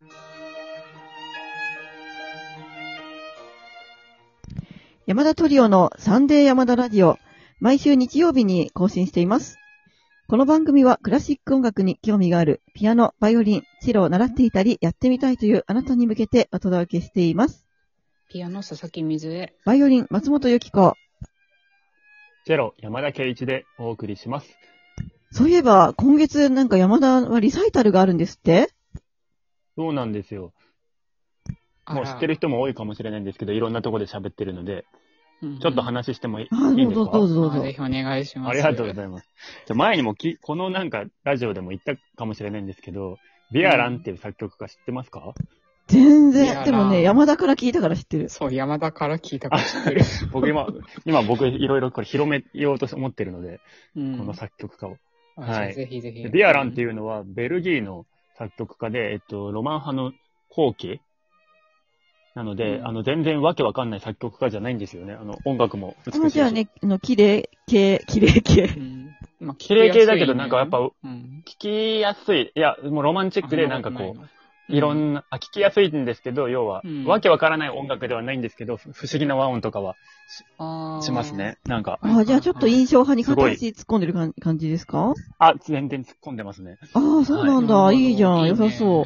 山田トリオのサンデー山田ラジオ、毎週日曜日に更新しています。この番組はクラシック音楽に興味がある、ピアノ、バイオリン、チェロを習っていたり、やってみたいというあなたに向けてお届けしています。 ピアノ、佐々木水江。 バイオリン、松本由紀子。 チェロ、山田圭一でお送りします。 そういえば、今月なんか山田はリサイタルがあるんですって？ そうなんですよ。もう知ってる人も多いかもしれないんですけど、いろんなところで喋ってるので、ちょっと話してもいいですか？ どうぞ。 ぜひお願いします。 ありがとうございます。前にもこのなんかラジオでも言ったかもしれないんですけど、ビアランっていう作曲家知ってますか？ 全然。でもね、山田から聞いたから知ってる。 そう、山田から聞いたから知ってる。 僕僕いろいろこれ広めようと思ってるので、この作曲家を。 はい。ぜひぜひ。 ビアランっていうのはベルギーの作曲家で、ロマン派の後期なので、全然わけわかんない作曲家じゃないんですよね。音楽も美しいし。 じゃあね、綺麗系。 綺麗系だけど、なんかやっぱ、聞きやすい。いや、もうロマンチックでなんかこう、いろんな、聞きやすいんですけど、要は、わけわからない音楽ではないんですけど、不思議な和音とかはしますね。なんか。 じゃあちょっと印象派に片足突っ込んでる感じですか？ 全然突っ込んでますね。 そうなんだ。いいじゃん。良さそう。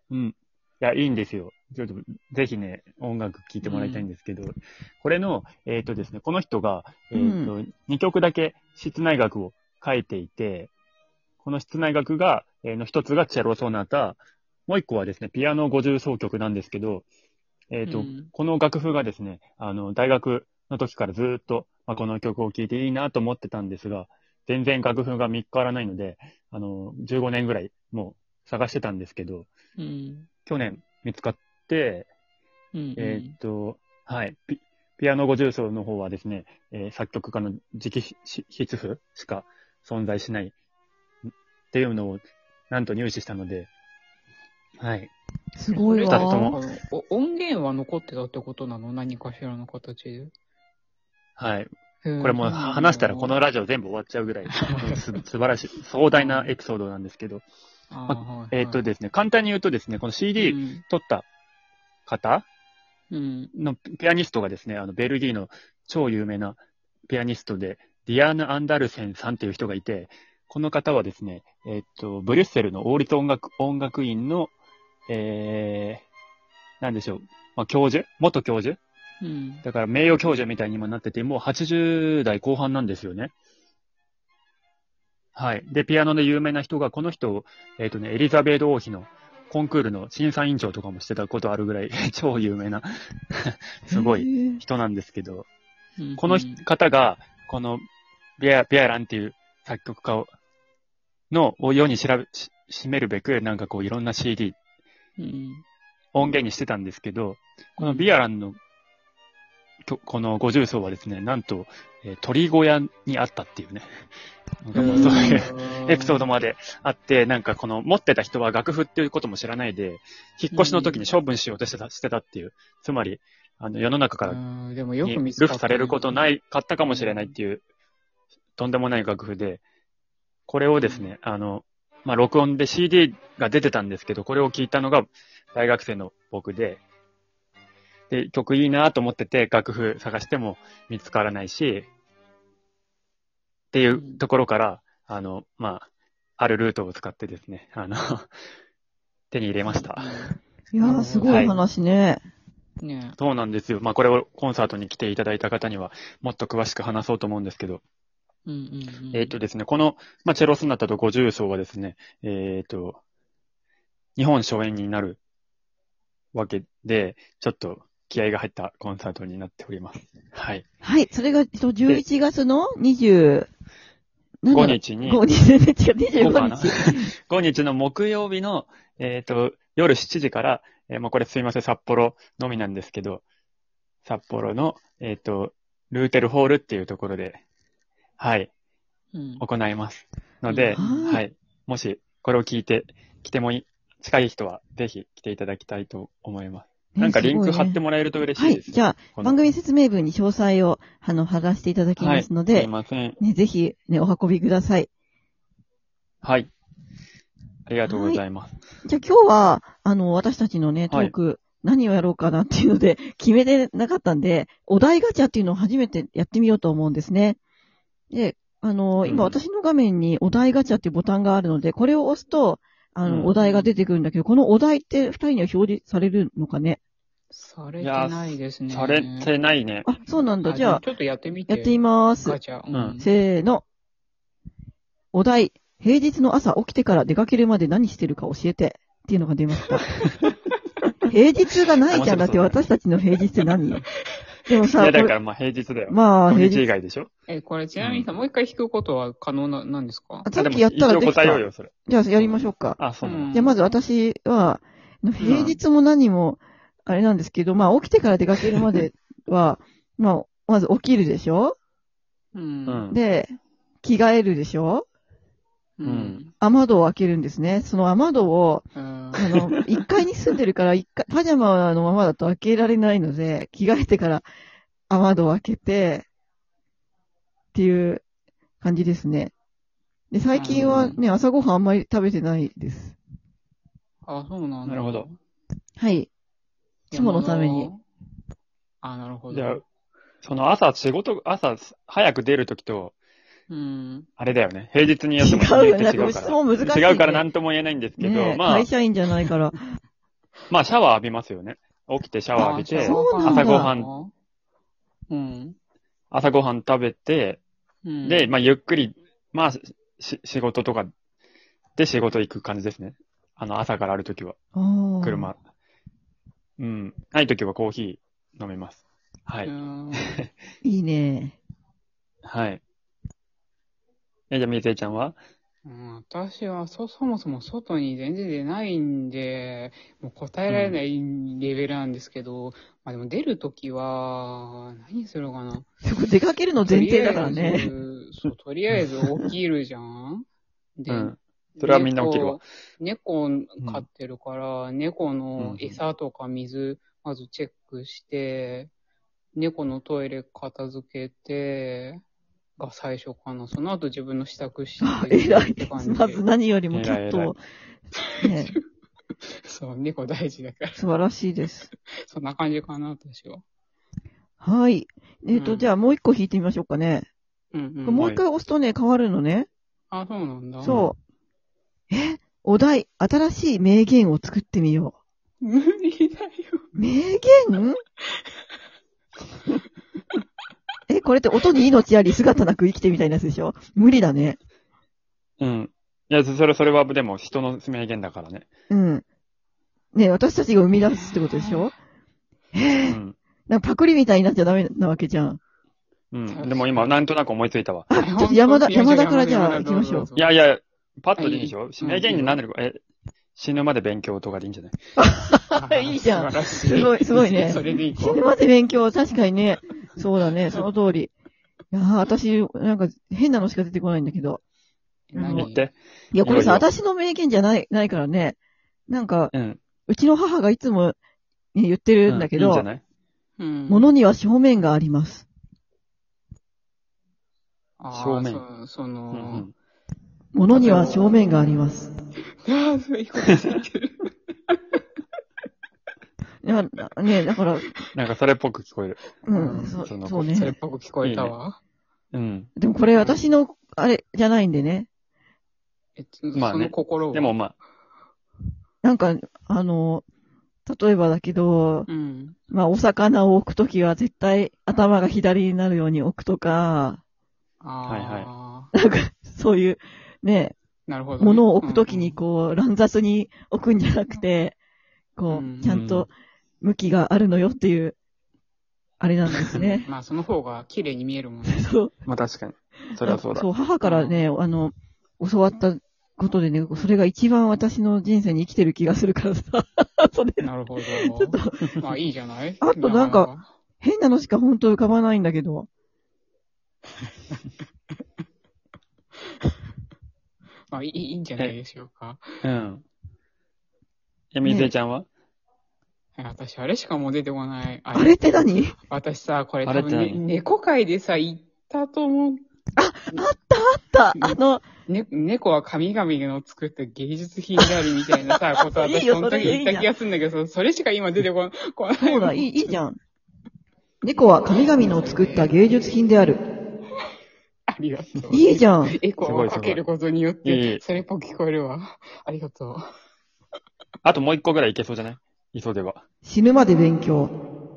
いや、いいんですよ。ちょっと、ぜひね、音楽聴いてもらいたいんですけど、これの、ですね、この人が、2曲だけ室内楽を書いていて、この室内楽が、一つがチェロソナタ、もう一個はですね、ピアノ50奏曲なんですけど、この楽譜がですね、大学の時からずっと、この曲を聴いていいなと思ってたんですが、全然楽譜が見つからないので、15年ぐらいもう探してたんですけど、去年見つかって、はい。ピアノ50奏の方はですね、作曲家の直筆譜しか存在しないっていうのをなんと入手したので、はい。 すごいわ。 音源は残ってたってことなの？何かしらの形で。 はい。これもう話したらこのラジオ全部終わっちゃうぐらい素晴らしい、壮大なエピソードなんですけど、ですね、簡単に言うとですね、この CD 撮った方のピアニストがですね、ベルギーの超有名なピアニストで、ディアーヌ・アンダルセンさんっていう人がいて、この方はですね、ブリュッセルの王立音楽院の、なんでしょう、元教授だから名誉教授みたいに今なってて、もう80代後半なんですよね。はい。で、ピアノで有名な人が、この人、エリザベート王妃のコンクールの審査委員長とかもしてたことあるぐらい超有名なすごい人なんですけど、この方が、このビアランっていう作曲家を世に占めるべく、なんかこういろんな CD、音源にしてたんですけど、このビアランのこの50奏はですね、なんと、鳥小屋にあったっていうね。そういうエピソードまであって、なんかこの持ってた人は楽譜っていうことも知らないで、引っ越しの時に処分しようとしてたっていう。つまり、世の中からに流布されることないかったかもしれないっていう、とんでもない楽譜で、これをですね、録音で CD が出てたんですけど、これを聞いたのが大学生の僕で、曲いいなと思ってて、楽譜探しても見つからないし、っていうところから、あるルートを使ってですね、手に入れました。 いやー、すごい話ね。 そうなんですよ。これをコンサートに来ていただいた方には、もっと詳しく話そうと思うんですけど、ですね、この、チェロソナタと50奏はですね、日本初演になるわけで、ちょっと、気合が入ったコンサートになっております。はい。 はい。それが、11月の25 日に、5日の木曜日の、夜7時から、これすいません、札幌のみなんですけど、札幌の、ルーテルホールっていうところで、はい、行います。ので、はい。もし、これを聞いて、近い人は、ぜひ来ていただきたいと思います。なんかリンク貼ってもらえると嬉しいです。 はい。じゃあ、番組説明文に詳細を、貼らせていただきますので、 はい、すいません。 ね、ぜひ、ね、お運びください。 はい。 ありがとうございます。 じゃあ今日は、私たちのね、トーク、何をやろうかなっていうので、決めてなかったんで、お題ガチャっていうのを初めてやってみようと思うんですね。で、今私の画面にお題ガチャっていうボタンがあるので、これを押すと、お題が出てくるんだけど、このお題って二人には表示されるのかね？ されてないですね。 されてないね。 あ、そうなんだ。じゃあ、 ちょっとやってみて。 やってみます。 ガチャ。 せーの。お題、平日の朝起きてから出かけるまで何してるか教えてっていうのが出ました。平日がないじゃん。だって私たちの平日って何？でもさ、 いや、だからまあ平日だよ。 まあ、 平日以外でしょ？ これちなみにさ、もう一回引くことは可能なんですか？ さっきやったらできた。 一応答えようよ、それ。 じゃあやりましょうか。 あ、そうなの。 じゃあまず私は、平日も何も、あれなんですけど、まあ起きてから出かけるまでは、まあ、まず起きるでしょ？で、着替えるでしょ？雨戸を開けるんですね。その雨戸を、1階に住んでるから、パジャマのままだと開けられないので、着替えてから雨戸を開けて、っていう感じですね。で、最近はね、朝ごはんあんまり食べてないです。 あ、そうなんだ。 なるほど。 はい。いつものために。 あ、なるほど。 じゃあ、その朝早く出るときと、あれだよね。平日にやっても違うから。違うから何とも言えないんですけど、まあ。 会社員じゃないから。 まあ、シャワー浴びますよね。起きてシャワー浴びて、朝ごはん食べて、で、まあ、ゆっくり、まあ、仕事とかで仕事行く感じですね。朝からあるときは。車。ないときはコーヒー飲めます。はい。 いいね。 はい。じゃあ、みずえちゃんは？ 私はそもそも外に全然出ないんで、もう答えられないレベルなんですけど、まあでも出るときは、何するかな。 出かけるの前提だからね。 そう、とりあえず起きるじゃん。で、 それはみんな起きるわ。 猫飼ってるから、猫の餌とか水、まずチェックして、猫のトイレ片付けて、が最初かな。その後自分の支度して。 偉い。まず何よりもキャットを。ね、 そう、猫大事だから。 素晴らしいです。 そんな感じかな、私は。 はい。じゃあもう一個引いてみましょうかね。もう一回押すとね、変わるのね。 あ、そうなんだ。 そう。お題、新しい名言を作ってみよう。無理だよ。 名言これって音に命あり姿なく生きてみたいなやつでしょ？無理だね。 いや、それはでも人の名言だからね。 ね、私たちが生み出すってことでしょ？なんかパクリみたいになっちゃダメなわけじゃん。 でも今、なんとなく思いついたわ。 ちょっと山田からじゃあ行きましょう。 いや、パッとでいいでしょ？名言になるか、死ぬまで勉強とかでいいんじゃないいいじゃん。すごいね。 それでいい。 死ぬまで勉強、確かにね。そうだね、その通り。いや私、なんか変なのしか出てこないんだけど。 言って。 いや、これさ、私の名言じゃないからね。なんか、うちの母がいつも言ってるんだけど、 いいんじゃない？ 物には正面があります。 正面。 物には正面があります。 そういうこと言ってる。 ねだから。 なんかそれっぽく聞こえる。 そうね。 それっぽく聞こえたわ。 でもこれ私の、あれじゃないんでね。 まあね。でもまあ。 なんか、例えばだけど、まあお魚を置くときは絶対頭が左になるように置くとか、なんかそういう、ね、 なるほど、 物を置くときにこう乱雑に置くんじゃなくて、こう、ちゃんと向きがあるのよっていう、あれなんですね。 まあその方が綺麗に見えるもんね。 そう。 まあ確かに。それはそうだ。 そう、母からね、教わったことでね、それが一番私の人生に生きてる気がするからさ。 なるほど。ちょっと。まあいいじゃない？ あとなんか、変なのしか本当浮かばないんだけど。 まあいいんじゃないでしょうか。 みずえちゃんは？ 私、あれしかもう出てこない。 あれって何？ 私さ、これ多分、猫界でさ、言ったと思う。 た。 猫は神々の作った芸術品であるみたいなさ、ことは私その時言った気がするんだけど、それしか今出てこない。 そうだ、いいじゃん。猫は神々の作った芸術品である。 ありがとう。 いいじゃん。 エコーをかけることによって、それっぽく聞こえるわ。ありがとう。 あともう一個ぐらいいけそうじゃない磯では。 死ぬまで勉強。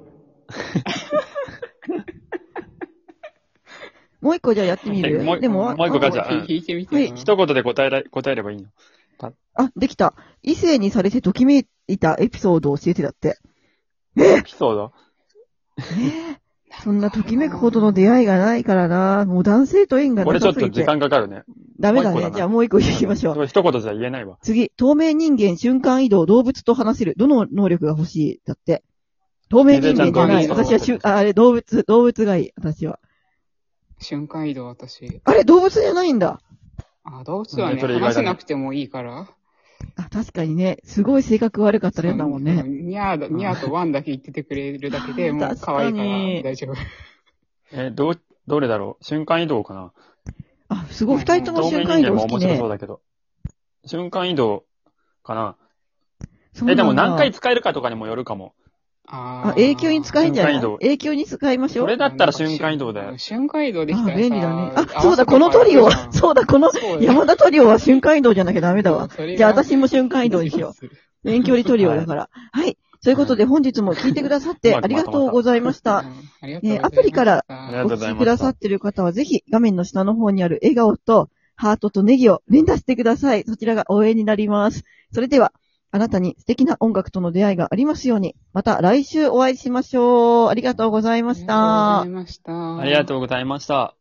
もう一個じゃあやってみる？でも、 もう一個がじゃあ、 聞いてみて。 はい。 一言で答えればいいの。 できた。異性にされてときめいたエピソードを教えてだって。 エピソードそんなときめくほどの出会いがないからな。もう男性と縁がなさすぎて。 これちょっと時間かかるね。 ダメだね。じゃあもう一個言きましょう。 一言じゃ言えないわ。 次、透明人間瞬間移動動物と話せる。どの能力が欲しいだって。透明人間じゃない。私は動物がいい。私は。 瞬間移動、私。 あれ、動物じゃないんだ。 動物はね、話せなくてもいいから。 確かにね、すごい性格悪かったら嫌だもんね。 ニャーとワンだけ言っててくれるだけでもう可愛いから大丈夫。どれだろう瞬間移動かなすごい、二人とも瞬間移動好きね。 透明人間も面白そうだけど。瞬間移動かなでも何回使えるかとかにもよるかも。 永久に使えんじゃない永久に使いましょう。 それだったら瞬間移動だよ。 瞬間移動できたらさ。 便利だね。そうだ、このトリオは、そうだ、この山田トリオは瞬間移動じゃなきゃダメだわ。じゃあ私も瞬間移動にしよう。遠距離トリオだから。はい。ということで本日も聞いてくださってありがとうございました。アプリからお聞きくださっている方はぜひ画面の下の方にある笑顔とハートとネギを連打してください。そちらが応援になります。それでは、あなたに素敵な音楽との出会いがありますように、また来週お会いしましょう。ありがとうございました。 ありがとうございました。